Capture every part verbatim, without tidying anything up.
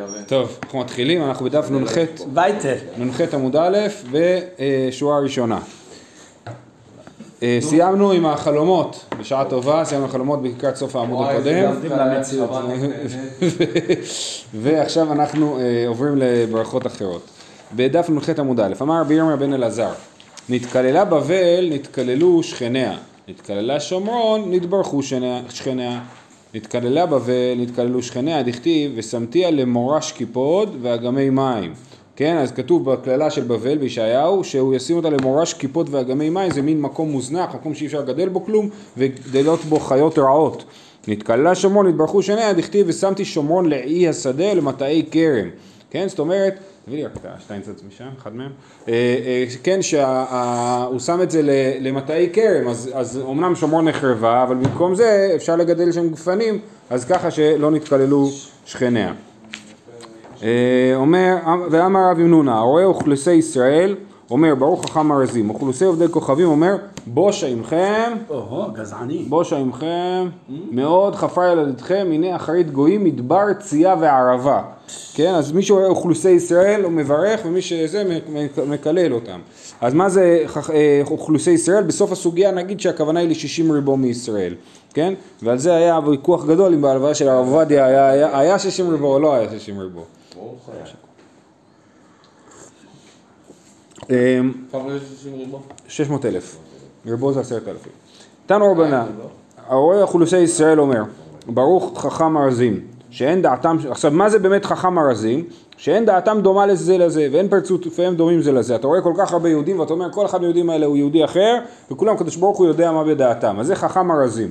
טוב, אנחנו מתחילים, אנחנו בדף נ"ח וייטר. נ"ח עמוד א' ושורה ראשונה. סיימנו עם החלומות, בשעה טובה, סיימנו החלומות לקראת סוף העמוד הקודם. ועכשיו אנחנו עוברים לברכות אחרות. בדף נ"ח עמוד א', אמר רבי ירמיה בן אלעזר, נתקללה בבל, נתקללו שכניה, נתקללה שומרון, נתברכו שכניה. נתקללה בבל, נתקללו שכניה, דכתיב, ושמתיה למורש קיפוד ואגמי מים. כן, אז כתוב בכללה של בבל בישעיהו, שהוא ישים אותה למורש קיפוד ואגמי מים, זה מין מקום מוזנח, מקום שאי אפשר לגדל בו כלום, וגדלות בו חיות רעות. נתקללה שומרון, נתברכו שכניה, דכתיב, ושמתי שומרון לעי השדה למטעי כרם. כן, זאת אומרת, תביא לי רק את השטיינצץ משם, אחד מהם. כן, שהוא שם את זה למטעי כרם, אז, אז אומנם שומרון נחרבה, אבל במקום זה אפשר לגדל שם גפנים, אז ככה שלא נתקללו שכניה. אומר, ואמר רב ימנונה, הרואה אוכלוסי ישראל, אומר, ברוך חכם ארזים, אוכלוסי עובדי כוכבים, אומר, בושה עמכם, אוהו, גזעני. בושה עמכם, מאוד חפר ילדתכם, הנה אחרית גויים, מדבר צייה וערבה. כן, אז מי שרואה אוכלוסי ישראל הוא מברך, ומי שזה מקלל אותם. אז מה זה אוכלוסי ישראל? בסוף הסוגיה נגיד שהכוונה היא ל-שישים ריבו מישראל. כן? ועל זה היה ויכוח גדול עם בהלוויה של הרב עובדיה, היה, היה, היה שישים ריבו או לא היה שישים ריבו. שש מאות אלף. ריבו זה עשרת אלפים. תנו רבנן, הרואה אוכלוסי ישראל אומר, ברוך חכם ארזים. שאין דעתם, עכשיו מה זה באמת חכם ארזים? שאין דעתם דומה לזה לזה, ואין פרצופיהם דומים זה לזה. אתה רואה כל כך הרבה יהודים, ואתה אומר כל אחד מהיהודים האלה הוא יהודי אחר, וכולם קדוש ברוך הוא יודע מה בדעתם. אז זה חכם ארזים.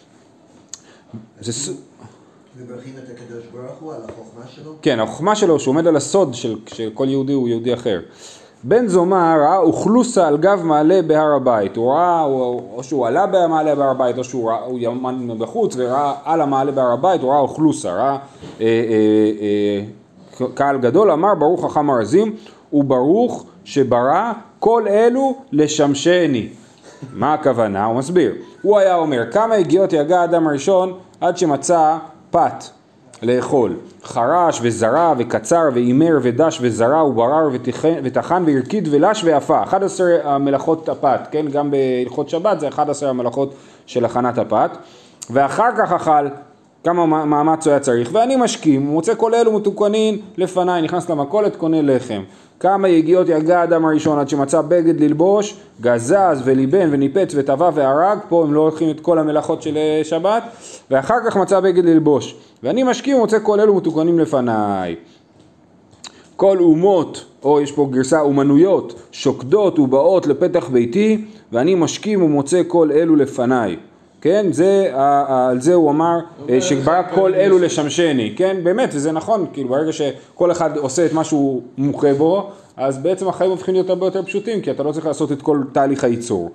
מברכים את הקדוש ברוך הוא על החוכמה שלו? כן, החוכמה שלו שהוא עומד על הסוד של, של כל יהודי הוא יהודי אחר. בן זומא ראה אוכלוסה על גב מעלה בהר הבית, הוא ראה, או שהוא עלה במעלה בהר הבית, או שהוא ראה, הוא ימן בחוץ וראה על המעלה בהר הבית, הוא ראה אוכלוסה, ראה אה, אה, אה, קהל גדול, אמר ברוך חכם ארזים, וברוך שברא כל אלו לשמשני. מה הכוונה? הוא מסביר. הוא היה אומר, כמה הגיעות יגע האדם הראשון עד שמצא פת לאכול, חרש וזרה וקצר ואימר ודש וזרה וברר ותחן והרקיד ולש ואפה, אחד עשר המלאכות הפת, כן? גם בהלכות שבת זה אחד עשר המלאכות של הכנת הפת, ואחר כך אכל כמה מאמץ הוא היה צריך, ואני משכים, מוצא כל אלו מתוקנין לפניי, נכנס למכולת, קונה לחם. כמה יגיעות יגע האדם הראשון עד שמצא בגד ללבוש, גזז וליבן וניפץ וטבע והרג, פה הם לא הולכים את כל המלאכות של שבת, ואחר כך מצא בגד ללבוש. ואני משכים ומוצא כל אלו מתוקנים לפניי. כל אומות, או יש פה גרסה אומנויות, שוקדות ובאות לפתח ביתי, ואני משכים ומוצא כל אלו לפניי. כן, זה, על זה הוא אמר שברא כל אלו לשמשני, כן, באמת, וזה נכון, כאילו ברגע שכל אחד עושה את מה שהוא מוחה בו, אז בעצם החיים הופכים להיות הרבה יותר פשוטים, כי אתה לא צריך לעשות את כל תהליך הייצור.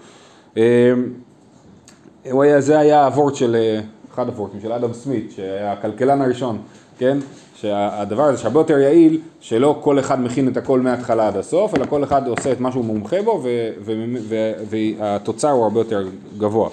זה היה הוורט של, אחד הוורטים של אדם סמית, שהיה הכלכלן הראשון, כן, שהדבר הזה שהרבה יותר יעיל, שלא כל אחד מכין את הכל מההתחלה עד הסוף, אלא כל אחד עושה את מה שהוא מומחה בו, והתוצר הוא הרבה יותר גבוה.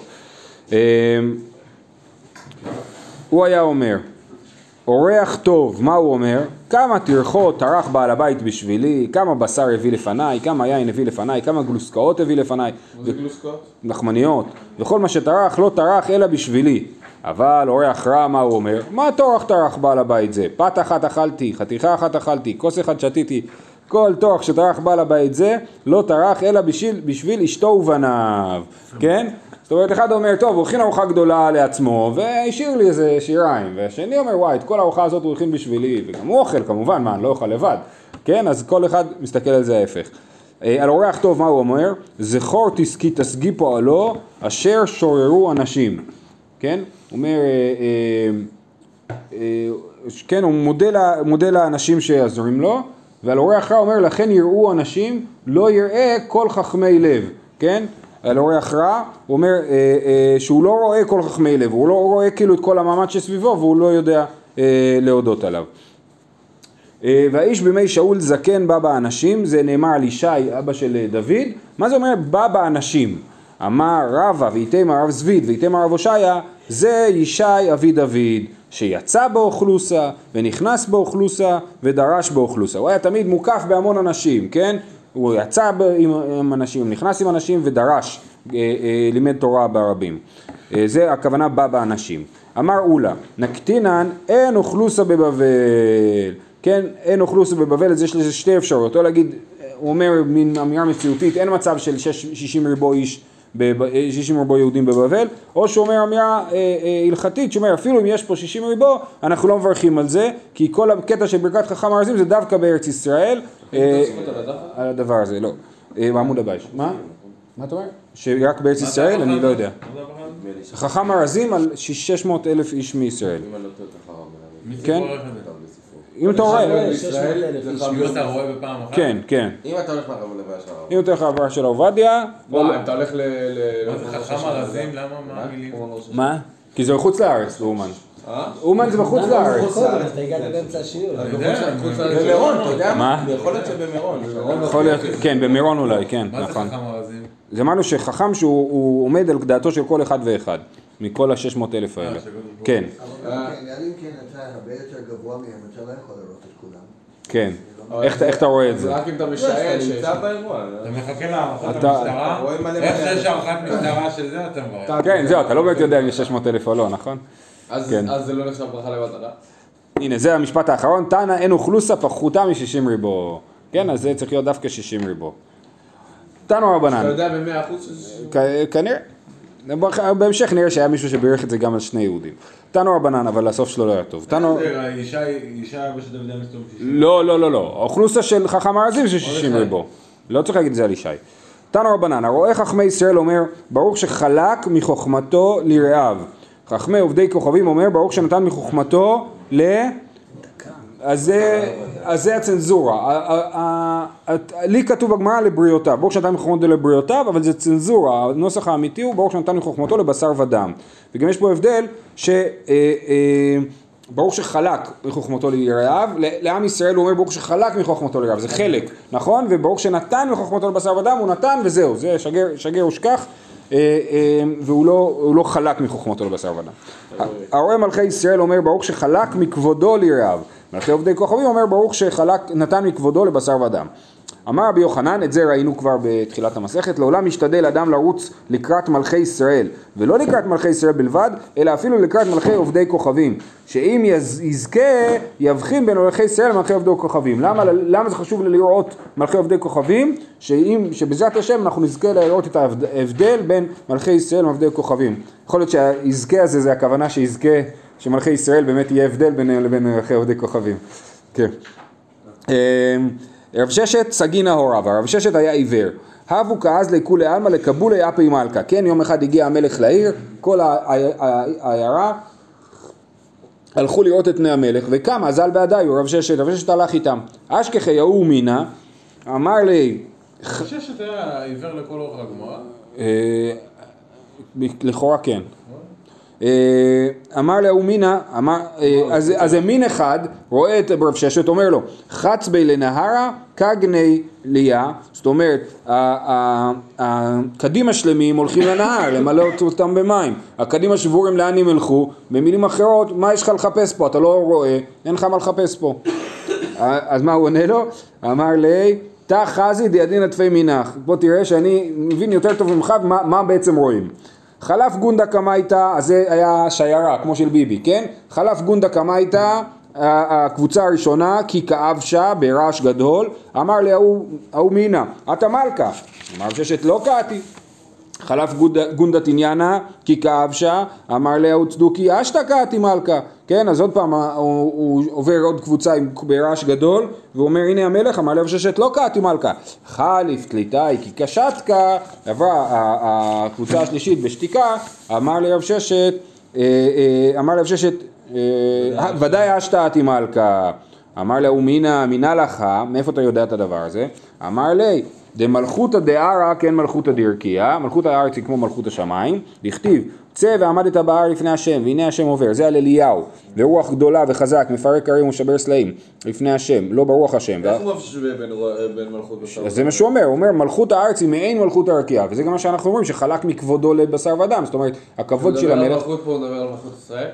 הוא היה אומר, אורח טוב, מה הוא אומר? כמה תרחות טרח בעל הבית בשבילי, כמה בשר הביא לפניי, כמה יין הביא לפניי, כמה גלוסקאות הביא לפניי. מה זה גלוסקאות? נחמניות. וכל מה שטרח לא טרח אלא בשבילי. אבל אורח רע, מה הוא אומר? מה טורח טרח בעל הבית זה? פת אחת אכלתי, חתיכה אחת אכלתי, כוס אחד שתיתי. כל טורח שטרח בעל הבית זה לא טרח אלא בשביל, בשביל אשתו ובניו. כן? זאת אומרת, אחד אומר, טוב, הוא הכין ארוחה גדולה לעצמו, והשאיר לי איזה שיריים, והשני אומר, וואי, את כל הארוחה הזאת הוא הכין בשבילי, וגם הוא אוכל כמובן, מה, אני לא אוכל לבד, כן? אז כל אחד מסתכל על זה ההפך. על אורח טוב, מה הוא אומר? זכור תסגי, תסגי פועלו, אשר שוררו אנשים, כן? הוא אומר, כן, הוא מודה, מודה לאנשים שעזרים לו, ועל אורח רע אומר, לכן יראו אנשים, לא יראה כל חכמי לב, כן? על אורח רע, הוא אומר אה, אה, שהוא לא רואה כל חכמי לב, הוא לא רואה כאילו את כל המאמץ שסביבו, והוא לא יודע אה, להודות עליו. אה, והאיש בימי שאול זקן בא באנשים, זה נאמר על ישי, אבא של דוד. מה זה אומר בא באנשים? אמר רבא ואיתם הרב זביד ואיתם הרב הושעיה, זה ישי אבי דוד. שיצא באוכלוסה ונכנס באוכלוסה ודרש באוכלוסה. הוא היה תמיד מוקף בהמון אנשים, כן? הוא יצא עם אנשים, נכנס עם אנשים ודרש, אה, אה, לימד תורה ברבים. אה, זה הכוונה בא באנשים. אמר אולה, נקטינן אין אוכלוסה בבבל, כן? אין אוכלוסה בבבל, אז יש לזה שתי אפשרויות. או להגיד, הוא אומר מן אמירה מציאותית, אין מצב של שישים ריבו איש, שישים ריבו יהודים בבבל, או שהוא אומר אמירה אה, אה, הלכתית, שאומר אפילו אם יש פה שישים ריבו, אנחנו לא מברכים על זה, כי כל הקטע של ברכת חכם ארזים זה דווקא בארץ ישראל, אה, על הדבר הזה, לא, אה, בעמוד הבא, מה? מה אתה אומר? שרק בארץ ישראל? אני לא יודע. חכם ארזים על שש מאות אלף איש מישראל. כן? אם אתה רואה, אם אתה רואה בפעם אחת? כן, כן. אם אתה הולך ללוויה של הרב. אם אתה הולך ללוויה של עובדיה, אם אתה הולך ל... מה זה חכם ארזים? למה? מה המילים? מה? כי זה בחוץ לארץ, לאומן. אומן זה בחוץ לארץ. אתה הגעת באמצע השיעור. במירון, אתה יודע מה? יכול להיות שבמירון. יכול להיות, כן, במירון אולי, כן, מה זה נכון. חכם ארזים? זה אמרנו שחכם שהוא עומד על דעתו של כל אחד ואחד, מכל ה-שש מאות אלף האלה. כן. אבל אם כן אתה הרבה יותר גבוה מהם, אתה לא יכול לראות את כולם. כן. איך אתה רואה את זה? רק אם אתה משער נמצא באירוע. אתה מחכה להערכת אתה- המשטרה? רואה מלא איך מלא. שיש הערכת משטרה של זה אתה מברך. כן, זהו, אתה לא באמת יודע אם יש שש מאות אלף או לא, נכון? אז כן. אז זה לא נחשב ברכה לבטלה? הנה, זה המשפט האחרון, תנא אין אוכלוסה פחותה מ-שישים ריבו. כן, אז זה צריך להיות דווקא שישים ריבו. תנו רבנן. אתה יודע במאה אחוז שזה... כ- כנראה. בהמשך נראה שהיה מישהו שבירך את זה גם על שני יהודים. תנו רבנן, אבל הסוף שלו לא היה טוב. תנו... אישה בשביל דוד המסתובב שישים. לא, לא, לא, לא. האוכלוסה של חכם ארזים זה שישים ריבו. לא צריך להגיד את זה על ישי. תנו רבנן, הרואה חכמי ישראל אומר, ברוך שחלק מחוכמתו לרעיו. חכמי עובדי כוכבים אומר, ברוך שנתן מחוכמתו ל... אז זה, אז זה הצנזורה. לי כתוב בגמרא לבריאותיו, ברוך שנתן מחוכמתו לבריאותיו, אבל זה צנזורה. הנוסח האמיתי הוא ברוך שנתן מחוכמתו לבשר ודם. וגם יש פה הבדל ש... ברוך שחלק מחוכמתו ליראיו, לעם ישראל הוא אומר ברוך שחלק מחוכמתו ליראיו, זה חלק, נכון? וברוך שנתן מחוכמתו לבשר ודם, הוא נתן וזהו, זה שגר, שגר ושכח, והוא לא, הוא לא חלק מחוכמתו לבשר ודם. הרואה מלכי ישראל אומר ברוך שחלק מכבודו ליראיו, מלכי עובדי כוכבים אומר ברוך שחלק, נתן מכבודו לבשר ודם. אמר רבי יוחנן, את זה ראינו כבר בתחילת המסכת, לעולם משתדל אדם לרוץ לקראת מלכי ישראל, ולא לקראת מלכי ישראל בלבד, אלא אפילו לקראת מלכי עובדי כוכבים, שאם יזכה יבחין בין מלכי ישראל למלכי עובדי כוכבים. למה, למה זה חשוב לראות מלכי עובדי כוכבים? שאם, שבעזרת השם אנחנו נזכה לראות את ההבדל בין מלכי ישראל למלכי כוכבים. יכול להיות שהיזכה הזה זה הכוונה שיזכה, שמלכי ישראל באמת יהיה הבדל ביניהם לבין מלכי עובדי כוכבים. כן. רב ששת סגי נהורה, והרב ששת היה עיוור. הבו כעז לכולי עלמא לקבולי אפי מלכה. כן, יום אחד הגיע המלך לעיר, כל העיירה הלכו לראות את פני המלך, וקם אזל בעדיו, רב ששת, רב ששת הלך איתם. אשכחי יאו מינה, אמר לי... רב ששת היה עיוור לכל אורך הגמרא? לכאורה כן. אמר לה ומינה, אז המין אחד רואה את רב ששת, אומר לו, חץ בי לנהרה כגני ליה, זאת אומרת, הקדים השלמים הולכים לנהר, למלא אותם במים, הקדים השבורים לאן הם הלכו, במילים אחרות, מה יש לך לחפש פה, אתה לא רואה, אין לך מה לחפש פה. אז מה הוא עונה לו? אמר לי, תא חזי דידין עטפי מינך, בוא תראה שאני מבין יותר טוב ממך מה, מה בעצם רואים. חלף גונדה קמייתא, אז זה היה שיירה, כמו של ביבי, כן? חלף גונדה קמייתא, הקבוצה הראשונה, כי כאבשה ברעש גדול, אמר לי, ההוא מינה, אתה מלכה. אמר ששת לא קעתי. חלף גונדת עניינה, כי כאבשה, אמר לי, ההוא צדוקי, אשתה קעתי מלכה. כן, אז עוד פעם הוא, הוא עובר עוד קבוצה עם ברעש גדול, והוא אומר, הנה המלך, אמר לי, ששת לא קעתי מלכה. חליף תליטאי, כי קשתקה, עברה הקבוצה השלישית בשתיקה, אמר לי רב ששת, אמר לי רב ששת, ודאי אשתעתי מלכה. אמר לה, ומינה, מינה לך, מאיפה אתה יודע את הדבר הזה? אמר לי, דמלכותא דארעא כן מלכותא דרכיה, מלכות הארץ היא כמו מלכות השמיים, לכתיב, צא ועמדת בהר לפני השם, והנה השם עובר, זה על אליהו, ורוח גדולה וחזק, מפרק הרים ושבר סלעים, לפני השם, לא ברוח השם. איך הוא משווה בין מלכות בשר ודם? זה מה שהוא אומר, הוא אומר, מלכות הארץ היא מעין מלכות הרקיעה, וזה גם מה שאנחנו אומרים, שחלק מכבודו לבשר ודם, זאת אומרת, הכבוד של המלך... מלכות פה נדבר על מלכות ישראל?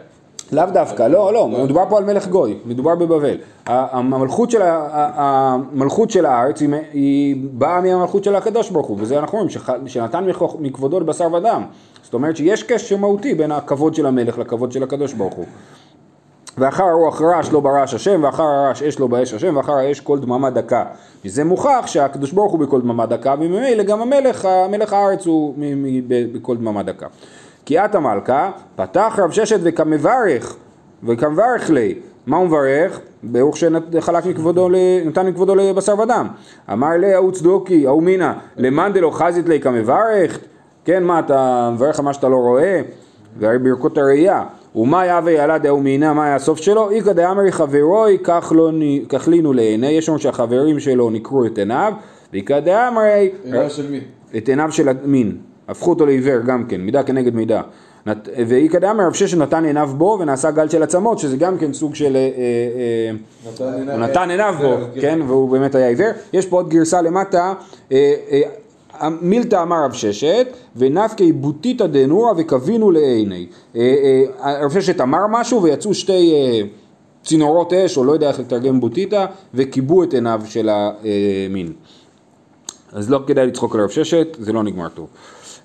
לאו דווקא, לא, לא, מדובר פה על מלך גוי, מדובר בבבל. המלכות של, המלכות של הארץ היא, היא באה מהמלכות של הקדוש ברוך הוא, וזה אנחנו רואים, שנתן מכבודו לבשר ודם. זאת אומרת שיש קשר מהותי בין הכבוד של המלך לכבוד של הקדוש ברוך הוא. ואחר הרוח רעש לא ברעש השם, ואחר הרעש אש לא באש השם, ואחר האש כל דממה דקה. וזה מוכח שהקדוש ברוך הוא בכל דממה דקה, וממילא גם המלך, המלך הארץ הוא בכל דממה דקה. כי את המלכה, פתח רב ששת וכמברך, וכמברך לי. מה הוא מברך? ברוך שחלק מכבודו, נתן מכבודו לבשר ודם. אמר לי, ההוא צדוקי, ההוא מינה, למאן דלא חזית לי כמברך? כן, מה, אתה מברך על מה שאתה לא רואה? והרי ברכות הראייה. ומה יהווה ילד ההוא מינה, מה היה הסוף שלו? איכא דאמרי חברוי, כך לינו לעיני, יש לנו שהחברים שלו נקרו את עיניו, ואיכא דאמרי... עיניו של מי? את עיניו של המין. הפכו אותו לעיוור גם כן, מידה כנגד מידה. ואיכא דאמרי רב ששת נתן עיניו בו ונעשה גל של עצמות, שזה גם כן סוג של... הוא נתן עיניו בו, כן, והוא באמת היה עיוור. יש פה עוד גרסה למטה, מילתא אמר רב ששת, ונפקי בוטיתא דנורא וקבינו לעיני. רב ששת אמר משהו ויצאו שתי צינורות אש, או לא יודע איך לתרגם בוטיתא, וקיבו את עיניו של המין. אז לא כדאי לצחוק על רב ששת, זה לא נגמר טוב.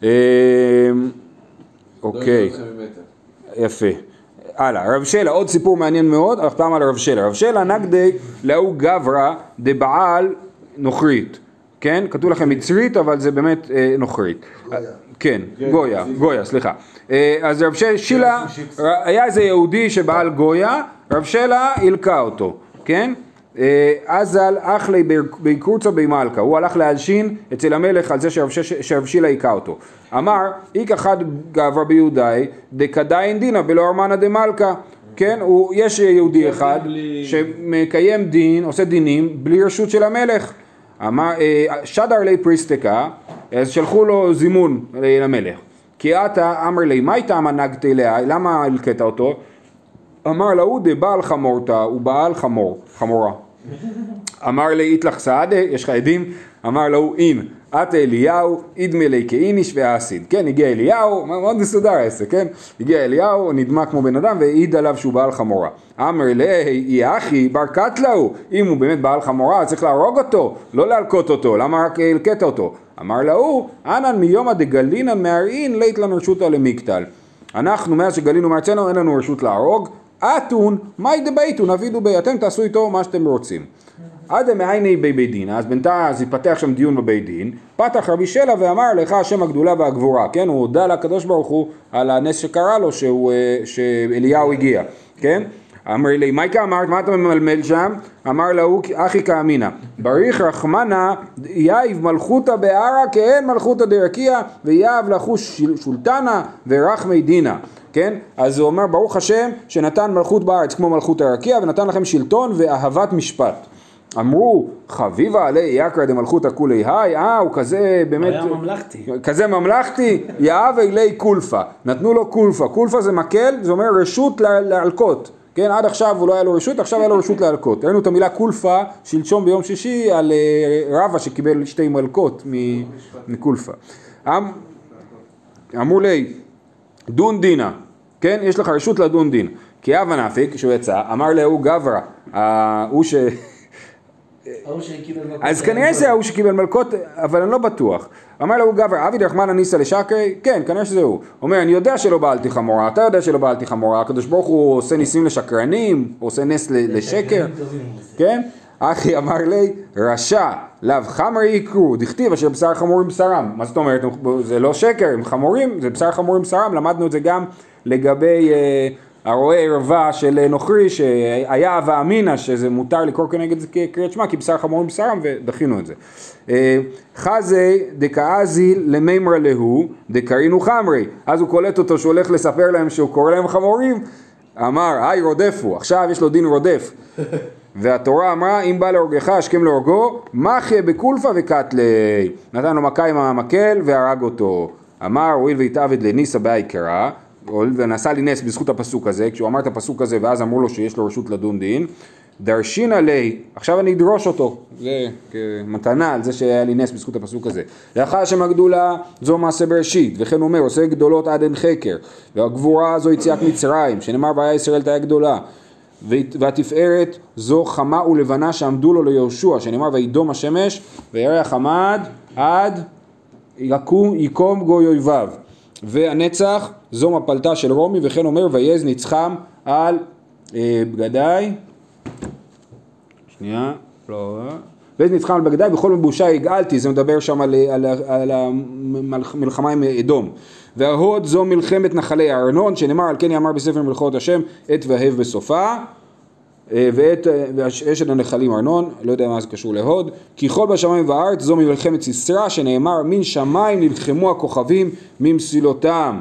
אוקיי, יפה. הלאה, רב שלה, עוד סיפור מעניין מאוד, אך פעם על רב שלה. רב שלה נגדי לאו גברא דבעל נוכרית. כן? כתוב לכם מצרית, אבל זה באמת אה, נוכרית. גויה. כן, גויה, גויה, סליחה. אה, אז רב שלה, היה איזה יהודי שבעל גויה, רב שלה הלקה אותו, כן? אה, אזל אחלי ביקורצה במלכה, הוא הלך להלשין אצל המלך על זה שרב שלה הלקה אותו. אמר, איק אחד גברא ביהודאי, דקדאין דינא בלא ארמנא דמלכה. כן, הוא, יש יהודי אחד שמקיים דין, עושה דינים, בלי רשות של המלך. שדר לי פריסטיקה, אז שלחו לו זימון למלך. כי אתה אמר לי, מה הייתה מנגת אליה, למה הלקטה אותו? אמר לו, דבעל חמורתה, הוא בעל חמור, חמורה. אמר לי, איתלך סעדה, יש לך עדים? אמר לו, אין, את אליהו, אידמי לי כאיניש ואסיד. כן, הגיע אליהו, מאוד מסודר העסק, כן? הגיע אליהו, נדמה כמו בן אדם, והעיד עליו שהוא בעל חמורה. אמר לי, היא אחי, בר קטלהו, אם הוא באמת בעל חמורה, צריך להרוג אותו, לא להלקות אותו, למה רק הלקט אותו? אמר לו, אנן מיומא דגלינן מהרעין, לית לנו רשותא למקטל. אנחנו, מאז שגלינו מארצנו, אין לנו רשות להרוג, אתון, מאי דבייתון, אבידו בי, אתם תעשו איתו מה שאתם רוצים. עד מעייני בבית דין, אז בינתיים אז יפתח שם דיון בבית דין, פתח רבי שלה ואמר לך השם הגדולה והגבורה, כן, הוא הודע לקדוש ברוך הוא על הנס שקרה לו שהוא, שאליהו הגיע, כן, אמר לי, מייקה אמרת, מה אתה ממלמל שם? אמר לו, אחי כאמינה, בריך רחמנה, יאיב מלכותה בערה כאין מלכותה דרקיע, ויאב לחוש שולטנה ורחמי דינה, כן? אז הוא אומר, ברוך השם שנתן מלכות בארץ כמו מלכות הרקיע, ונתן לכם שלטון ואהבת משפט. אמרו, חביבה עלי יקרא דמלכותא כולי היי, אה, הוא כזה באמת... היה ממלכתי. כזה ממלכתי, יאהב אלי קולפה. נתנו לו קולפה. קולפה זה מקל, זה אומר רשות להלקות. כן, עד עכשיו הוא לא היה לו רשות, עכשיו היה לו רשות להלקות. ראינו את המילה קולפה שלשום ביום שישי על רבא שקיבל שתי מלקות מקולפה. אמרו לי, דון דינה, כן, יש לך רשות לדון דין. כי אבא נפיק, כשהוא יצא, אמר להוא גברא, הוא ש... אז כנראה זה הוא שקיבל מלכות, אבל אני לא בטוח. אמר לו גבר, אבי דרחמנא ניסא לשקרי? כן, כנראה שזה הוא. אומר, אני יודע שלא בעלתי חמורה, אתה יודע שלא בעלתי חמורה, הקדוש ברוך הוא עושה ניסים לשקרנים, הוא עושה נס לשקר, כן? אחי אמר לי, רשע, לאו חמרי יקרו, דכתיב אשר בשר חמורים בשרם. מה זאת אומרת? זה לא שקר, הם חמורים, זה בשר חמורים בשרם, למדנו את זה גם לגבי... הרואה ערווה של נוכרי שהיה אבה אמינה שזה מותר לקרוא כנגד זה כקריאת שמע כי בשר חמורים בשרם ודחינו את זה. חזי דקאזי למימרא להו דקרינו חמרי, אז הוא קולט אותו שהולך לספר להם שהוא קורא להם חמורים, אמר היי רודפו, עכשיו יש לו דין רודף. והתורה אמרה אם בא להורגך השכם להורגו מחיה בקולפה וקטלי, נתן לו מכה עם המקל והרג אותו. אמר הואיל והתעבד לניסא בעיקרה ונעשה לי נס בזכות הפסוק הזה, כשהוא אמר את הפסוק הזה ואז אמרו לו שיש לו רשות לדון דין, דרשין עלי, עכשיו אני אדרוש אותו, זה מתנה על זה שהיה לי נס בזכות הפסוק הזה. לאחר שם הגדולה זו מעשה בראשית, וכן אומר עושה גדולות עד אין חקר, והגבורה זו יציאת מצרים, שנאמר והיה ישראל תהיה גדולה, והתפארת זו חמה ולבנה שעמדו לו ליהושע, שנאמר וידום השמש וירח עמד עד יקום, יקום גוי אויביו. והנצח זו מפלתה של רומי, וכן אומר ויעז נצחם על אה, בגדי, שנייה, לא, ויעז נצחם על בגדי וכל מבושה הגעלתי, זה מדבר שם על, על, על המלחמה עם אדום. וההוד זו מלחמת נחלי ארנון, שנאמר על כן יאמר בספר מלכות השם עת והב בסופה, ואת אשת הנחלים ארנון, לא יודע מה זה קשור להוד, כי כל בשמיים והארץ זו מלחמת סיסרא, שנאמר מן שמיים נלחמו הכוכבים ממסילותם,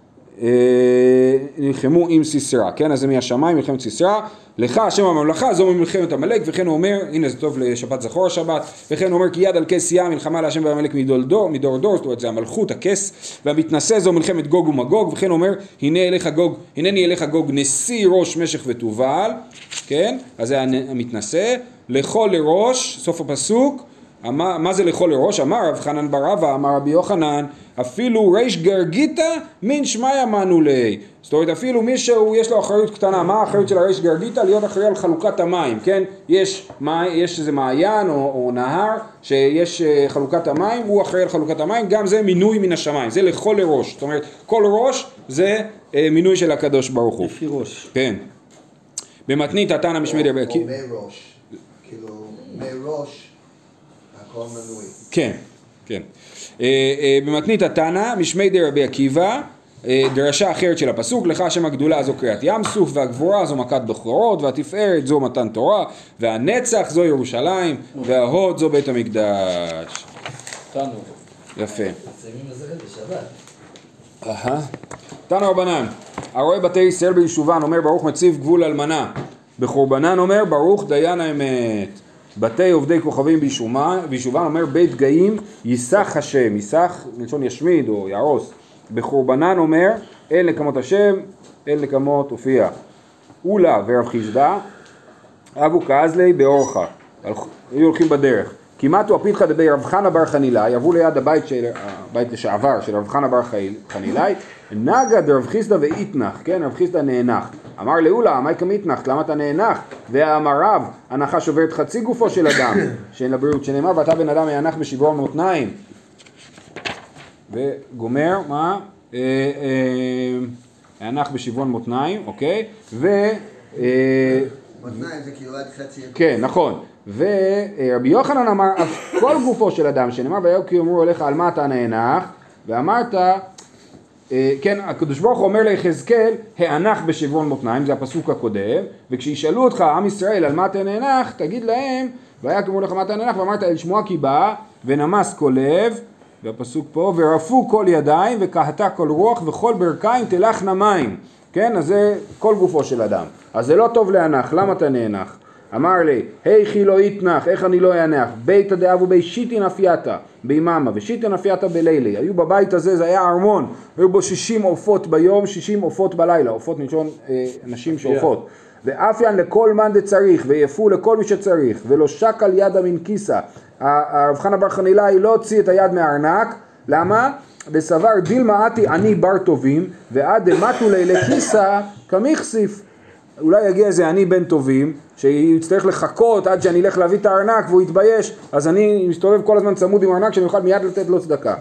נלחמו עם סיסרא, כן, אז זה מהשמיים מלחמת סיסרא, לך השם הממלכה זו מלחמת עמלק, וכן הוא אומר, הנה זה טוב לשבת זכור השבת, וכן הוא אומר כי יד על כס ים מלחמה להשם בעמלק מדור דור, מדור דור, זאת אומרת זה המלכות, הכס, והמתנשא זו מלחמת גוג ומגוג, וכן הוא אומר הנה אליך גוג, הנני אליך גוג נשיא ראש משך ותובל, כן, אז זה המתנשא, לכל לראש, סוף הפסוק, מה, מה זה לכל לראש? אמר רב חנן בר רבא, אמר רבי יוחנן, אפילו ריש גרגיתא מן שמיא מנו ליה. זאת אומרת, אפילו מישהו יש לו אחריות קטנה, מה האחריות של הריש גרגיתא? להיות אחראי על חלוקת המים, כן? יש, יש איזה מעיין או, או נהר שיש חלוקת המים, הוא אחראי על חלוקת המים, גם זה מינוי מן השמיים, זה לכל לראש. זאת אומרת, כל ראש זה מינוי של הקדוש ברוך הוא. לפי ראש. כן. במתנית התנא משמי דרבי עקיבא. או מראש, כאילו מראש. הכל מנוי. כן, כן. במתנית התנא, משמי דרבי עקיבא, דרשה אחרת של הפסוק, לך השם הגדולה זו קריאת ים סוף, והגבורה זו מכת בכורות, והתפארת זו מתן תורה, והנצח זו ירושלים, וההוד זו בית המקדש. תנו. יפה. מסיימים לזה בשבת. אהה. תנו רבנן, הרואה בתי ישראל ביישובן אומר ברוך מציב גבול אלמנה, בחורבנן אומר ברוך דיין האמת. בתי עובדי כוכבים ביישובן אומר בית גאים ייסח השם, ייסח מלשון ישמיד או יערוס. בחורבנן אומר אין לקמות השם, אין לקמות הופיע. אולה ורב חיסדא אבו קאזלי באורחה, היו הולכים בדרך. כמעט הוא הפיתחא דבי רב חנא בר חנילאי, עברו ליד הבית, של, הבית לשעבר של רב חנא בר חנילאי, נגה דרב חיסדא ואיתנח, כן, רב חיסדא נאנח. אמר לאולה, מה יקם איתנח, למה אתה נאנח? ואמר רב, הנחה שוברת חצי גופו של אדם, שאין לבריאות, שנאמר, ואתה בן אדם יאנח בשברון מותניים. וגומר, מה? יאנח בשברון מותניים, אוקיי? ו... מותניים זה כאילו עד חצי... כן, נכון. ורבי יוחנן אמר, אף כל גופו של אדם, שנאמר, והיו כי אמרו אליך, על מה אתה נאנח? ואמרת, כן, הקדוש ברוך הוא אומר ליחזקאל, הענך בשברון מותניים, זה הפסוק הקודם, וכשישאלו אותך, עם ישראל, על מה אתה נאנח, תגיד להם, והיה כי אמרו לך, מה אתה נאנח? ואמרת, אל שמוע כי בא, ונמס כל לב, והפסוק פה, ורפו כל ידיים, וקהתה כל רוח, וכל ברכיים תלכנה מים. כן, אז זה כל גופו של אדם. אז זה לא טוב להנח, למה אתה נאנח? אמר לי, היכי לא יתנח, איך אני לא אנח? בית דאבו בי שיטין אפייתא ביממה ושיטין אפייתא בלילי. היו בבית הזה, זה היה ארמון, היו בו שישים עופות ביום, שישים עופות בלילה, עופות מלשון אה, נשים שעופות. ואפיין לכל מאן דצריך, ויפו לכל מי שצריך, ולא שקל ידה מן כיסא. הרב חנא בר חנילאי לא הוציא את היד מהארנק, למה? בסבר דילמה עתי אני בר טובים, ועד דמתו לילי כיסא כמכסיף. אולי יגיע איזה אני בן טובים, שיצטרך לחכות עד שאני אלך להביא את הארנק והוא יתבייש, אז אני מסתובב כל הזמן צמוד עם הארנק שאני אוכל מיד לתת לו צדקה.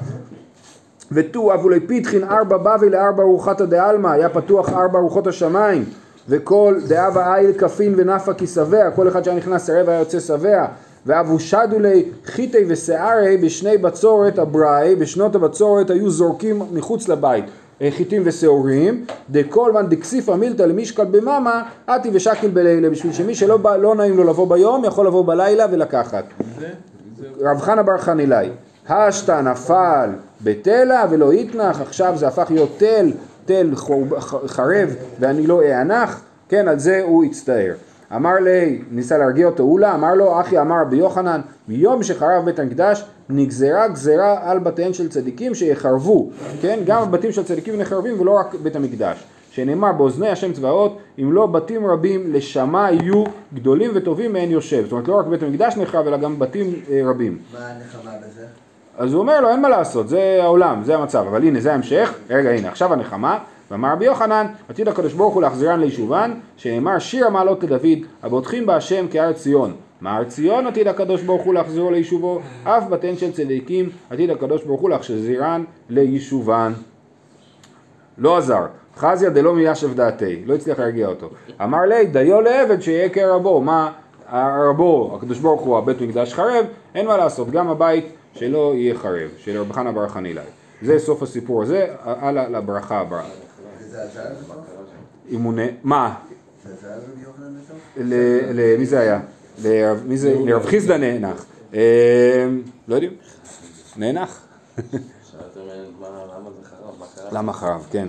ותו אבולי פיתחין ארבע בבי לארבע ארוחתא דעלמא, היה פתוח ארבע ארוחות השמיים, וכל דאבה איל כפין ונפה כסבע, כל אחד שהיה נכנס ערב היה יוצא שבע, ואבו שדולי חיטי ושערי בשני בצורת הבראי, בשנות הבצורת היו זורקים מחוץ לבית. חיטים ושעורים, דכל מן דקסיפה מילתא למשקל בממה, עתי ושקיל בלילה, בשביל שמי שלא בא, לא נעים לו לבוא ביום, יכול לבוא בלילה ולקחת. זה? רב חנא בר חנילאי, השתא נפל בתלה ולא יתנח, עכשיו זה הפך להיות תל, תל חרב ואני לא אענח, כן, על זה הוא הצטער. אמר לי, ניסה להרגיע אותו אולה, אמר לו, אחי אמר רבי יוחנן, מיום שחרב בית המקדש, נגזרה גזרה על בתיהן של צדיקים שיחרבו, כן? גם הבתים של צדיקים נחרבים ולא רק בית המקדש. שנאמר באוזני השם צבאות, אם לא בתים רבים לשמה יהיו גדולים וטובים מעין יושב. זאת אומרת, לא רק בית המקדש נחרב, אלא גם בתים אה, רבים. מה הנחמה בזה? אז הוא אומר לו, אין מה לעשות, זה העולם, זה המצב, אבל הנה, זה ההמשך. רגע, הנה, עכשיו הנחמה. ואמר רבי יוחנן, עתיד הקדוש ברוך הוא להחזירן ליישובן, שנאמר שיר המעלות לדוד, הבוטחים בהשם כארץ ציון. מהר ציון עתיד הקדוש ברוך הוא להחזירו ליישובו, אף בתן של צדיקים עתיד הקדוש ברוך הוא להחזירן ליישובן. לא עזר, חזיה דלא מיישב דעתי, לא הצליח להרגיע אותו. אמר לי, דיו לעבד שיהיה כרבו, מה הרבו, הקדוש ברוך הוא, הבית מקדש חרב, אין מה לעשות, גם הבית שלא יהיה חרב, של רבי חנא בר חנילאי. זה סוף הסיפור הזה, הלאה לברכה הבאה. וזה עזר לך? אימוני, מה? זה עזר רבי יוחנן בסוף? למי זה היה? מי זה? לרב חיסדא נאנח. לא יודעים? נאנח? שאלתם למה זה חרב, מה קרה? למה חרב, כן.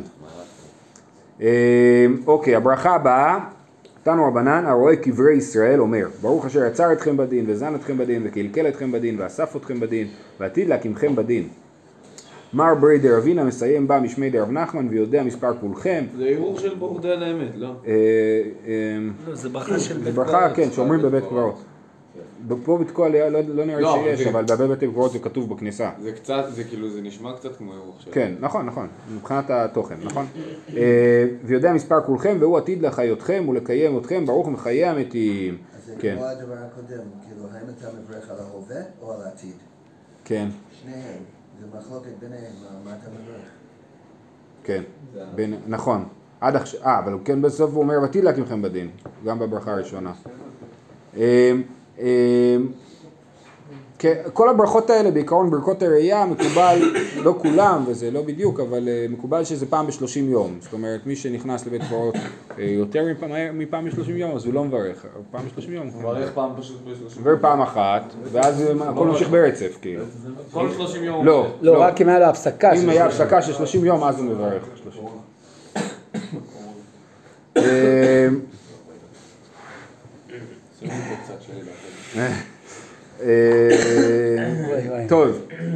אוקיי, הברכה הבאה, תנו רבנן, הרואה קברי ישראל אומר, ברוך אשר יצר אתכם בדין, וזן אתכם בדין, וקלקל אתכם בדין, ואסף אתכם בדין, ועתיד להקימכם בדין. מר ברי דרבינה מסיים בה משמי דרב נחמן ויודע מספר כולכם. זה ערעור של ברוך דיין האמת, לא? לא, זה ברכה של בית זה ברכה, כן, שאומרים בבית קברות. פה בתקוע לא נראה לי שיש, אבל בבית קברות זה כתוב בכניסה. זה קצת, זה כאילו, זה נשמע קצת כמו ערעור של... כן, נכון, נכון, מבחינת התוכן, נכון? ויודע מספר כולכם, והוא עתיד לחיותכם ולקיים אתכם, ברוך מחיי המתים. אז זה כן. כמו הדבר הקודם, כאילו, האם אתה מברך על ההווה או על העתיד? כן, שניהם, זה מחלוקת ביניהם, מה אתה מברך? כן, בין- נכון. עד עכשיו, אה, אבל הוא כן בסוף הוא אומר, ועתיד להקימכם בדין, גם בברכה הראשונה. אמ, אמ, כן, כל הברכות האלה בעיקרון ברכות הראייה מקובל, לא כולם וזה לא בדיוק, אבל אה, מקובל שזה פעם בשלושים יום. זאת אומרת, מי שנכנס לבית קברות אה, יותר מפעם, מפעם בשלושים יום, אז הוא לא מברך. פעם בשלושים יום. הוא מברך פעם פשוט בשלושים עובר פעם אחת, ואז הכל ממשיך ברצף, כאילו. כל שלושים יום. לא, לא, רק אם היה לו הפסקה. אם היה הפסקה של שלושים יום, אז הוא מברך. אמ, אה, טוב,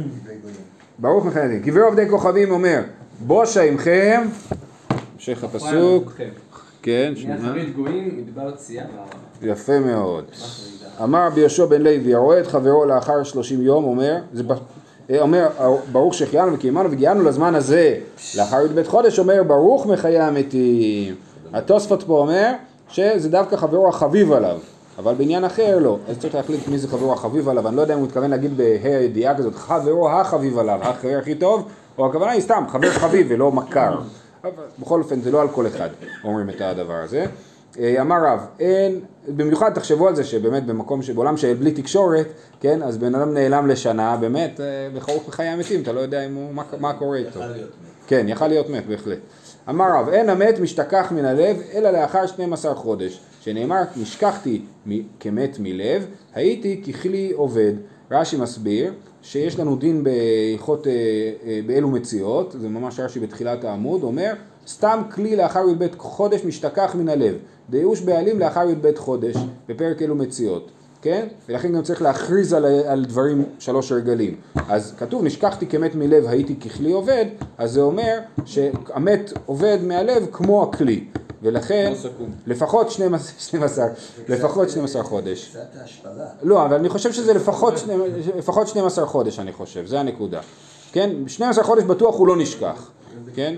ברוך מחייבים. קברי עובדי כוכבים אומר, בושה עמכם, המשך הפסוק, כן, מאחרית גויים מדבר צייה וערבה. יפה מאוד. אמר רבי יהושע בן לוי, הרואה את חברו לאחר שלושים יום, אומר, זה אומר, ברוך שהחיינו וקיימנו והגיענו לזמן הזה, לאחר י"ב חודש, אומר, ברוך מחיי המתים. התוספות פה אומר, שזה דווקא חברו החביב עליו. אבל בעניין אחר לא, אז צריך להחליט מי זה חברו החביב עליו, אני לא יודע אם הוא מתכוון להגיד בה"א הידיעה כזאת, חברו החביב עליו, החבר הכי טוב, או הכוונה היא סתם, חבר חביב ולא מכר. אבל בכל אופן זה לא על כל אחד אומרים את הדבר הזה. אמר רב, אין, במיוחד תחשבו על זה שבאמת במקום, בעולם של בלי תקשורת, כן, אז בן אדם נעלם לשנה, באמת, בחרוך בחיי המתים, אתה לא יודע אם הוא, מה, מה קורה איתו. יכל להיות מת. כן, יכל להיות מת, בהחלט. אמר רב, אין המת משתכח מן הלב, אלא לאחר שנים עשר חודש, שנאמר, נשכחתי כמת מלב, הייתי ככלי עובד. רש"י מסביר שיש לנו דין בהלכות באלו מציאות, זה ממש רש"י בתחילת העמוד, אומר, סתם כלי לאחר י"ב חודש משתכח מן הלב, דייאוש בעלים לאחר י"ב חודש, בפרק אלו מציאות, כן? ולכן גם צריך להכריז על, על דברים שלוש רגלים. אז כתוב, נשכחתי כמת מלב, הייתי ככלי עובד, אז זה אומר שהמת עובד מהלב כמו הכלי. ולכן לפחות שנים עשר, לפחות שנים עשר חודש. קצת השפלה. לא, אבל אני חושב שזה לפחות שנים, לפחות שנים עשר חודש, אני חושב, זה הנקודה. כן? שנים עשר חודש בטוח הוא לא נשכח. כן?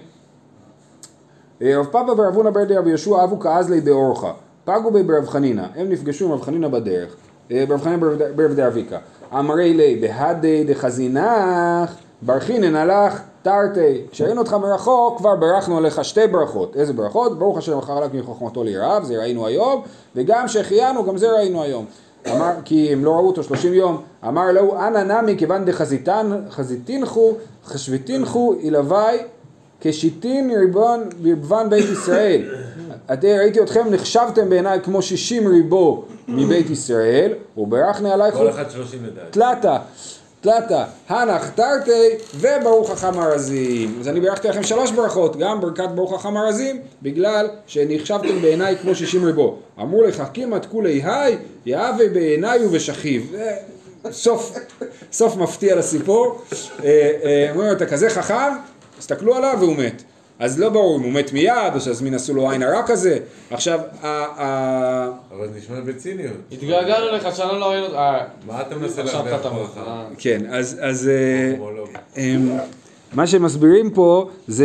רב פאפא ורב הונא בר דרבי יהושע אבו כאזלי באורחה. פגעו בי ברב חנינא, הם נפגשו עם רב חנינא בדרך. ברב חנינא ברב דאביקה. אמרי לי, בהדי דחזינך, ברכינן הלך תרתי. כשראינו אותך מרחוק, כבר ברכנו עליך שתי ברכות. איזה ברכות? ברוך השם חלק מחוכמתו ליראיו, זה ראינו היום, וגם שהחיינו, גם זה ראינו היום. אמר, כי הם לא ראו אותו שלושים יום, אמר לו, אנא נמי כיוון דחזיתינכו, חשביתינכו אילווי, כשיטין ריבון ברבן בית ישראל. ראיתי אתכם, נחשבתם בעיניי כמו שישים ריבו מבית ישראל, וברכני עלייך כל אחד שלושים לדעת. תלתה, תלתה, הנח תרתי וברוך החם הרזים. אז אני ברכתי לכם שלוש ברכות, גם ברכת ברוך החם הרזים, בגלל שנחשבתם בעיניי כמו שישים ריבו. אמרו לך, כמעט כולי היי, יאהבי בעיניי ובשכיב. סוף, סוף מפתיע לסיפור. אומרים, אתה כזה חכם, הסתכלו עליו והוא מת. אז לא ברור אם הוא מת מיד, או שהזמין עשו לו עין הרע כזה. עכשיו, אבל זה נשמע בציניות. התגעגענו לך, שנה לא ראינו... מה אתה מנסה עכשיו להרוויח אתה פה? תמות. כן, אז, אז הומולוג. אמ, מה שמסבירים פה זה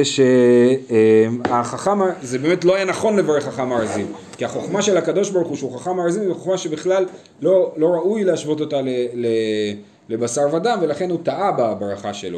שהחכם, זה באמת לא היה נכון לברך חכם ארזים, כי החוכמה של הקדוש ברוך הוא שהוא חכם ארזים זו חוכמה שבכלל לא, לא ראוי להשוות אותה ל, ל, לבשר ודם, ולכן הוא טעה בברכה שלו.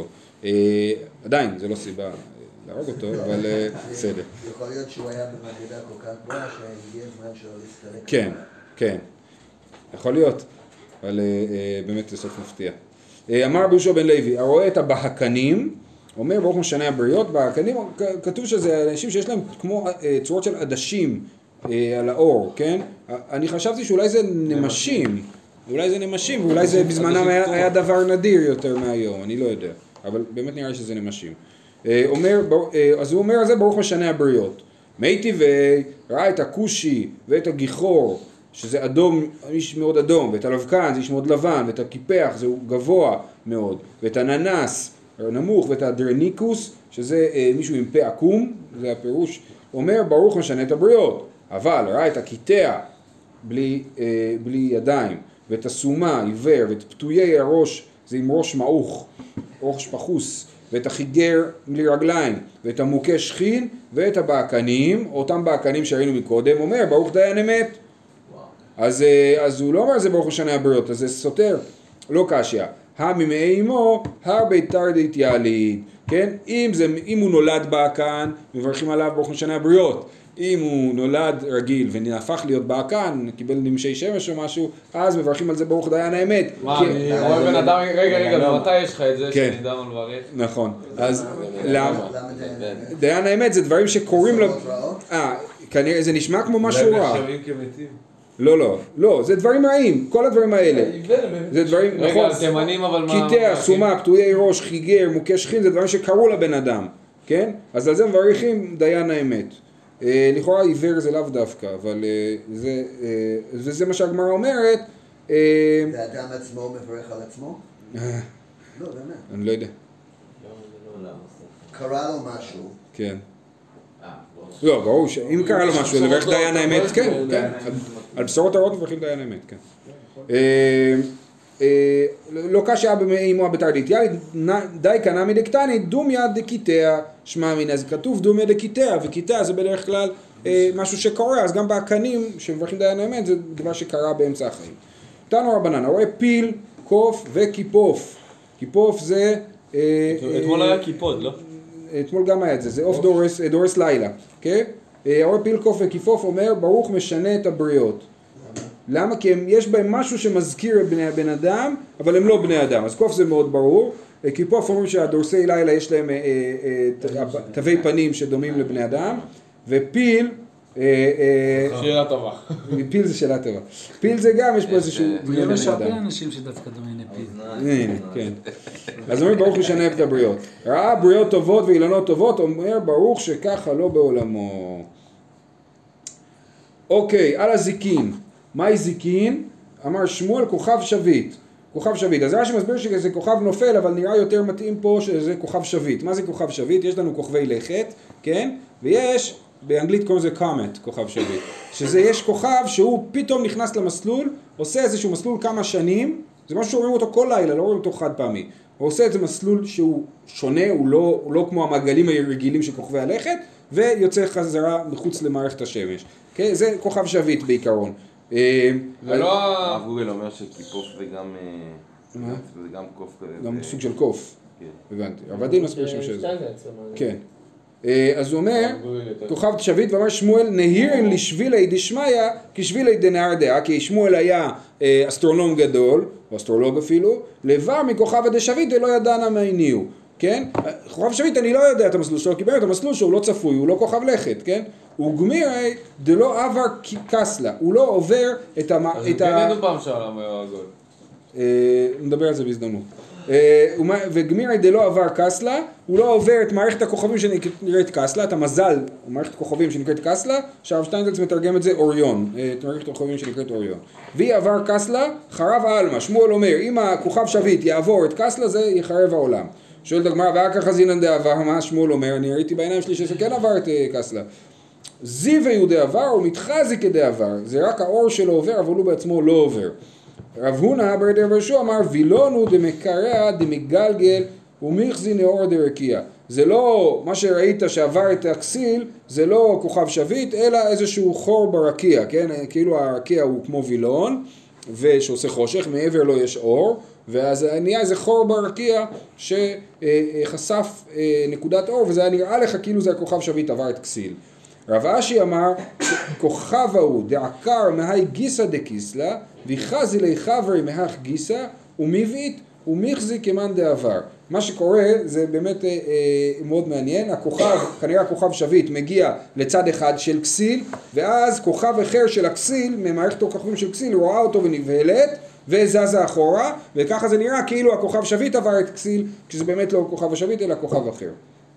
עדיין, זה לא סיבה להרוג אותו, אבל בסדר. יכול להיות שהוא היה במדרגה כל כך גבוהה שהגיע הזמן שלו להסתלק. כן, כן, יכול להיות, אבל באמת זה סוף מפתיע. אמר רבי יהושע בן לוי, הרואה את הבהקנים, אומר ברוך משנה הבריות, בהקנים כתוב שזה אנשים שיש להם כמו צורות של עדשים על האור, כן? אני חשבתי שאולי זה נמשים, אולי זה נמשים, ואולי זה בזמנם היה, היה דבר נדיר יותר מהיום, אני לא יודע, אבל באמת נראה שזה נמשים. אומר, אז הוא אומר על זה ברוך משנה הבריות. מי טבעי ראה את הכושי ואת הגיחור, שזה אדום, איש מאוד אדום, ואת הלבקן זה איש מאוד לבן, ואת הקיפח זה גבוה מאוד, ואת הננס נמוך, ואת הדרניקוס, שזה אה, מישהו עם פה עקום, זה הפירוש, אומר ברוך משנה את הבריות, אבל ראה את הקיטע בלי, אה, בלי ידיים, ואת הסומה עיוור, ואת פתויי הראש, זה עם ראש מעוך, ראש פחוס, ואת החיגר בלי רגליים, ואת המוכה שכין, ואת הבעקנים, אותם בעקנים שראינו מקודם, אומר ברוך דיין אמת. אז, אז הוא לא אומר זה ברוך משנה הבריות, אז זה סותר, לא קשיא. הממאי אמו, הרבה תרדית יליד, כן? אם, זה, אם הוא נולד בעקן, מברכים עליו ברוך משנה הבריות. אם הוא נולד רגיל ונהפך להיות בעקן, קיבל נמשי שמש או משהו, אז מברכים על זה ברוך דיין האמת. מה, אני רואה בן אדם, רגע, רגע, מתי יש לך את זה כן. שנדע מה לברך? נכון, אז למה? דיין האמת זה דברים שקוראים לו... אה, כנראה זה נשמע כמו משהו רע. הם נחשבים כמתים. לא, לא, לא, זה דברים רעים, כל הדברים האלה. זה דברים, נכון, רגע, תימנים אבל מה... קיטע, סומה, פתויי ראש, חיגר, מוכה שכין, זה דברים שקרו לבן אדם, כן? אז על זה מבריכים דיין האמת. לכאורה עיוור זה לאו דווקא, אבל זה, וזה מה שהגמרא אומרת. והאדם עצמו מברך על עצמו? לא, באמת. אני לא יודע. קרה לו משהו. כן. לא, ברור שאם קרה לו משהו, לברך דיין האמת, כן, כן. על בשורות הרעות מברכים דיין האמת, כן. לא קשיא באמו בתרדית יליד, די קנמי דקטני, דומיה דקיטע, שמע מן, אז כתוב דומיה דקיטע, וקיטע זה בדרך כלל משהו שקורה, אז גם בהקנים שמברכים דיין האמת, זה דבר שקרה באמצע החיים. תנו רבנן, הרואה פיל, קוף וקיפוף. קיפוף זה... אתמול היה קיפוד, לא? אתמול גם היה את זה, זה אוף דורס, דורס לילה, כן? הרואה פיל, קוף וקיפוף אומר, ברוך משנה את הבריות. למה? כי הם, יש בהם משהו שמזכיר את בני הבן אדם, אבל הם לא בני אדם. אז קוף זה מאוד ברור. קיפוף אומרים שהדורסי לילה יש להם תווי פנים שדומים לבני אדם, ופיל... שאלה טובה. פיל זה שאלה טובה. פיל זה גם, יש פה איזשהו... יש הרבה אנשים שדווקא דומים לפיל. הנה, כן. אז אומרים ברוך משנה את הבריות. ראה בריות טובות ואילנות טובות, אומר ברוך שככה לא בעולמו. אוקיי, על הזיקין. מהי זיקין? אמר שמואל כוכב שביט. כוכב שביט. אז רש"י מסביר שזה כוכב נופל, אבל נראה יותר מתאים פה שזה כוכב שביט. מה זה כוכב שביט? יש לנו כוכבי לכת, כן? ויש, באנגלית קוראים לזה קומט, כוכב שביט. שזה יש כוכב שהוא פתאום נכנס למסלול, עושה איזשהו מסלול כמה שנים, זה משהו שרואים אותו כל לילה, לא רואים אותו חד פעמי. הוא עושה איזה מסלול שהוא שונה, הוא לא, הוא לא כמו המעגלים הרגילים של כוכבי הלכת, ויוצא חזרה מחוץ למערכת השמש. כן? זה כוכב שביט בעיקרון. ולא... גוגל אומר שקיפוף זה גם... זה גם קוף כזה. גם סוג של קוף. הבנתי. עבדים מסביר שם שזה. כן. אז הוא אומר, כוכב שביט, ואמר שמואל, נהירן לשבילי דשמיא כשבילי דנהר דעה, כי שמואל היה אסטרונום גדול, או אסטרולוג אפילו, לבר מכוכב הדשביט ולא ידענה מה הניעו. כן? כוכב שביט אני לא יודע את המסלול שלו, כי באמת המסלול שלו הוא לא צפוי, הוא לא כוכב לכת, כן? הוא גמירי דלא עבר קסלה, הוא לא עובר את ה... אז נתנו פעם שעלה מהגול. נדבר על זה בהזדמנות. וגמירי דלא עבר קסלה, הוא לא עובר את מערכת הכוכבים שנקראת קסלה, את המזל, מערכת הכוכבים שנקראת קסלה, שהרב שטיינזלץ מתרגם את זה אוריון, את מערכת הכוכבים שנקראת אוריון. והיא עבר קסלה, חרב העלמא, שמואל אומר, אם הכוכב שביט יעבור את קסלה, זה יחרב העולם. שואלת הגמרא, ואקא חזינן דעבר, מה שמואל אומר? אני ראיתי בעיניים שלי שזה כן עבר את קסלה. זיו הוא דעבר ומתחזי כדעבר, זה רק האור שלו עובר, אבל הוא בעצמו לא עובר. רב הונא בר דרב יהושע אמר, וילונו דמקרע דמגלגל ומחזי נאור דרקיע. זה לא, מה שראית שעבר את הכסיל, זה לא כוכב שביט, אלא איזשהו חור ברקיע, כן? כאילו הרקיע הוא כמו וילון, ושעושה חושך, מעבר לו יש אור, ואז נהיה איזה חור ברקיע שחשף נקודת אור, וזה היה נראה לך כאילו זה הכוכב שביט עבר את כסיל. רב אשי אמר, כוכב ההוא דעקר מהי גיסא דקיסלה, וחזי לי חברי מהך גיסא, ומביט ומחזי כמן דעבר. מה שקורה זה באמת אה, אה, מאוד מעניין, הכוכב, כנראה הכוכב שביט מגיע לצד אחד של כסיל, ואז כוכב אחר של הכסיל, ממערכת הכוכבים של כסיל, רואה אותו ונבהלת, וזזה אחורה, וככה זה נראה כאילו הכוכב שביט עבר את כסיל, כשזה באמת לא כוכב השביט אלא כוכב אחר.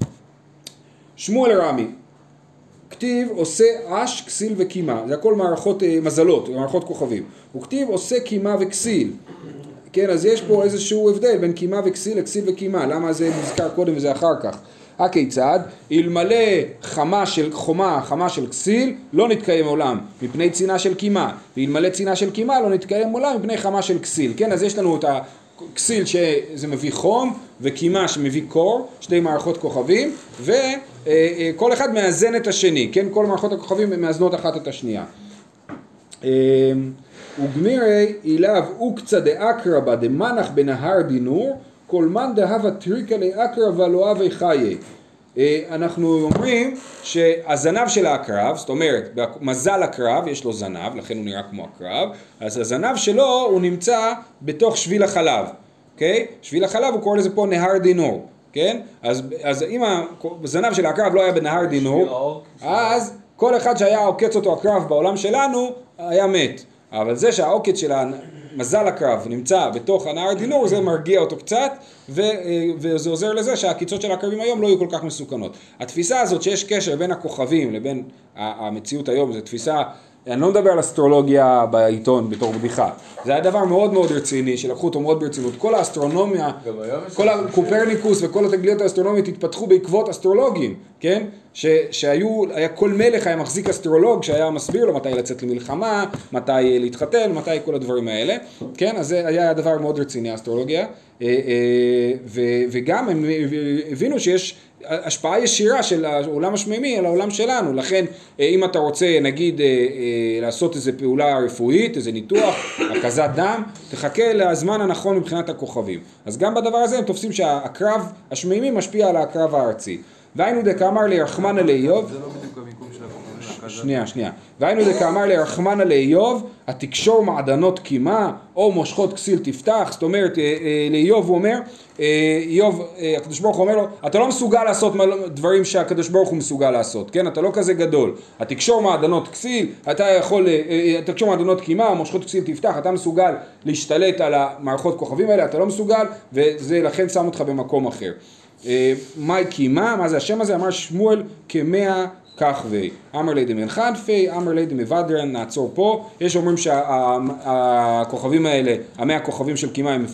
שמואל רמי, כתיב עושה אש, כסיל וקימה, זה הכל מערכות אה, מזלות, מערכות כוכבים. הוא כתיב עושה קימה וכסיל. כן, אז יש פה איזשהו הבדל בין קימה וכסיל לכסיל וקימה, למה זה מוזכר קודם וזה אחר כך? הכיצד? אלמלא חמה של חומה, חמה של כסיל, לא נתקיים עולם מפני צינה של קימה, ואלמלא צינה של קימה לא נתקיים עולם מפני חמה של כסיל. כן, אז יש לנו את הכסיל שזה מביא חום, וקימה שמביא קור, שתי מערכות כוכבים, וכל אחד מאזן את השני, כן, כל מערכות הכוכבים מאזנות אחת את השנייה. וגמירי אילב אוקצה דאקרבה דמנח בנהר דינור, כל מן דהבה טריקה לאקרבה לא אבי חיי. אנחנו אומרים שהזנב של העקרב, זאת אומרת, מזל הקרב, יש לו זנב, לכן הוא נראה כמו הקרב, אז הזנב שלו הוא נמצא בתוך שביל החלב, אוקיי? שביל החלב הוא קורא לזה פה נהר דינור, כן? אז, אז אם הזנב של העקרב לא היה בנהר דינור, אז כל אחד שהיה עוקץ אותו הקרב בעולם שלנו היה מת. אבל זה שהעוקץ של מזל הקרב נמצא בתוך הנהר דינור, זה מרגיע אותו קצת, ו- וזה עוזר לזה שהעקיצות של הקרבים היום לא יהיו כל כך מסוכנות. התפיסה הזאת שיש קשר בין הכוכבים לבין המציאות היום, זו תפיסה, אני לא מדבר על אסטרולוגיה בעיתון בתור בדיחה, זה היה דבר מאוד מאוד רציני, שלקחו אותו מאוד ברצינות. כל האסטרונומיה, כל הקופרניקוס וכל התגליות האסטרונומיות התפתחו בעקבות אסטרולוגים, כן? ש- שהיו, היה כל מלך היה מחזיק אסטרולוג שהיה מסביר לו מתי לצאת למלחמה, מתי להתחתן, מתי כל הדברים האלה, כן? אז זה היה דבר מאוד רציני, האסטרולוגיה, ו- וגם הם הבינו שיש השפעה ישירה של העולם השמימי על העולם שלנו, לכן אם אתה רוצה נגיד לעשות איזו פעולה רפואית, איזה ניתוח, הקזת דם, תחכה לזמן הנכון מבחינת הכוכבים. אז גם בדבר הזה הם תופסים שהקרב השמימי משפיע על הקרב הארצי. והיינו דקאמר לירחמנה לאיוב, זה לא בדיוק המיקום של הכוכבים. שנייה, שנייה. והיינו דקאמר לירחמנה לאיוב, התקשור מעדנות קימה, או מושכות כסיל תפתח, זאת אומרת, לאיוב הוא אומר, איוב, הקדוש ברוך הוא אומר לו, אתה לא מסוגל לעשות דברים שהקדוש ברוך הוא מסוגל לעשות, כן? אתה לא כזה גדול. התקשור מעדנות כסיל, אתה יכול, התקשור מעדנות קימה, מושכות כסיל תפתח, אתה מסוגל להשתלט על המערכות כוכבים האלה, אתה לא מסוגל, וזה לכן שם אותך במקום אחר. מהי קימה? מה זה השם הזה? אמר שמואל כמאה כך וי. אמר לידי מלחנפי, אמר לידי מבדרן, נעצור פה. יש אומרים שהכוכבים האלה, המאה הכוכבים של קימה הם